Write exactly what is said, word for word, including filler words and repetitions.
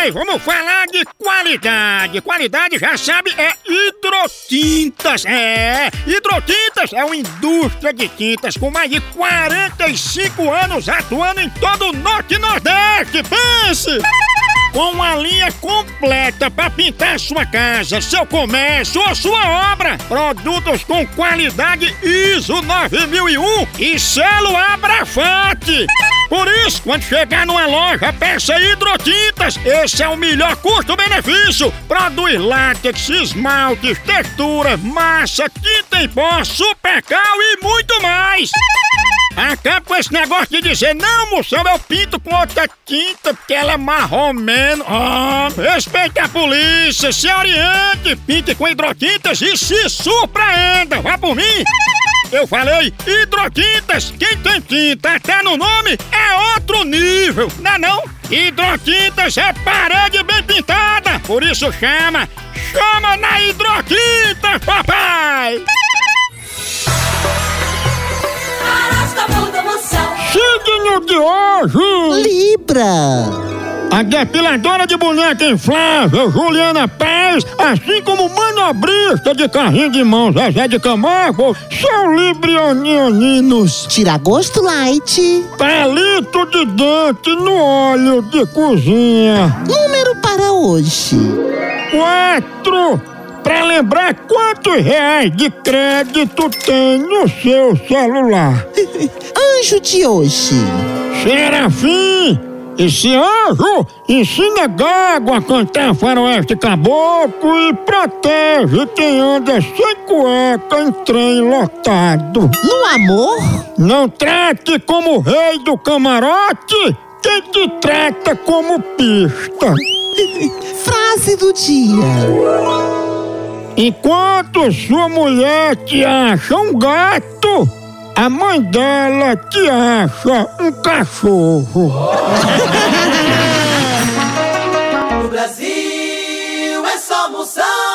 Ei, vamos falar de qualidade. Qualidade, já sabe, é Hidrotintas. É, Hidrotintas é uma indústria de tintas com mais de quarenta e cinco anos atuando em todo o Norte e Nordeste. Pense! Com uma linha completa para pintar sua casa, seu comércio ou sua obra. Produtos com qualidade I S O nove mil e um e selo Abrafate. Por isso, quando chegar numa loja, peça Hidrotintas. Esse é o melhor custo-benefício. Produz látex, esmaltes, texturas, massa, tinta em pó, supercal e muito mais. Acaba com esse negócio de dizer, não, moção, eu pinto com outra tinta porque ela é marromeno. Ah, respeite a polícia, se oriente, pinte com Hidrotintas e se surpreenda. Vá por mim. Eu falei Hidrotintas, quem tem tinta até no nome é outro nível, não é não? Hidrotintas é parede bem pintada, por isso chama, chama na Hidrotintas, papai! Signo de hoje! Libra! A depiladora de boneca inflável Juliana Paz, assim como o manobrista de carrinho de mão Zezé de Camargo, são librionianinos. Tiragosto light. Palito de dente no óleo de cozinha. Número para hoje. Quatro. Pra lembrar quantos reais de crédito tem no seu celular. Anjo de hoje. Serafim. Esse anjo ensina gago a cantar faroeste caboclo e protege quem anda sem cueca em trem lotado. No amor? Não trate como rei do camarote quem te trata como pista. Frase do dia. Enquanto sua mulher te acha um gato, a mãe dela te acha um cachorro. No Brasil é só moção.